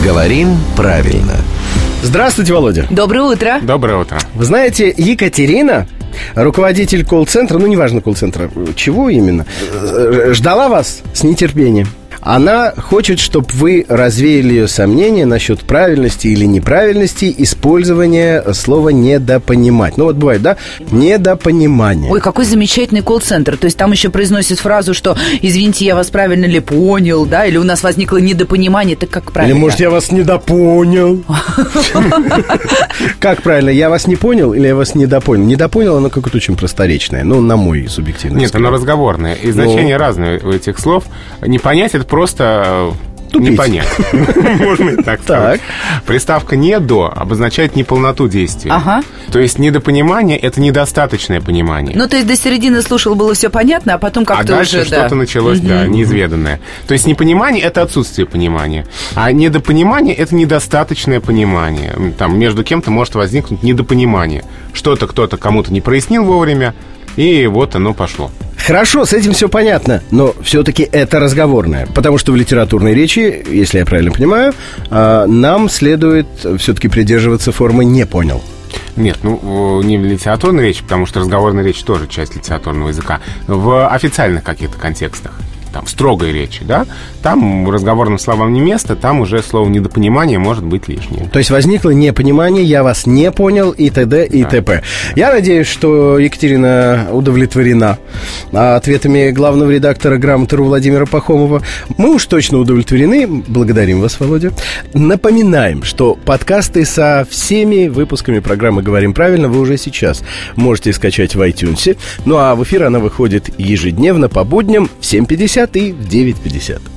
Говорим правильно. Здравствуйте, Володя. Доброе утро. Доброе утро. Вы знаете, Екатерина, руководитель колл-центра, неважно колл-центра, чего именно, ждала вас с нетерпением. Она хочет, чтобы вы развеяли ее сомнения насчет правильности или неправильности использования слова «недопонимать». Ну вот бывает, да? Недопонимание. Ой, какой замечательный колл-центр. То есть там еще произносит фразу, что «извините, я вас правильно ли понял», да? Или «у нас возникло недопонимание». Так как правильно? Или, может, «я вас недопонял». Как правильно? «Я вас не понял» или «я вас недопонял»? Недопонял, оно какое-то очень просторечное. Ну, на мой субъективный взгляд. Нет, оно разговорное. И значения разные у этих слов. Не понять — это просто... Тупить. Не понять. Можно и так сказать. Приставка «недо» обозначает неполноту действия. Ага. То есть недопонимание — это недостаточное понимание. Ну, то есть до середины слушал, было все понятно, а потом как-то дальше уже, что-то началось, да, неизведанное. То есть непонимание — это отсутствие понимания. А недопонимание — это недостаточное понимание. Там между кем-то может возникнуть недопонимание. Что-то кто-то кому-то не прояснил вовремя, и вот оно пошло. Хорошо, с этим все понятно, но все-таки это разговорное. Потому что в литературной речи, если я правильно понимаю, нам следует все-таки придерживаться формы «не понял». Нет, ну, не в литературной речи, потому что разговорная речь тоже часть литературного языка. В официальных каких-то контекстах, там, в строгой речи, да, там разговорным словам не место, там уже слово «недопонимание» может быть лишнее. То есть возникло непонимание, я вас не понял, и т.д. и т.п. Я надеюсь, что Екатерина удовлетворена ответами главного редактора «Грамоты.ру» Владимира Пахомова. Мы уж точно удовлетворены. Благодарим вас, Володя. Напоминаем, что подкасты со всеми выпусками программы «Говорим правильно» вы уже сейчас можете скачать в iTunes. Ну а в эфир она выходит ежедневно по будням в 7:50 и в 9:50.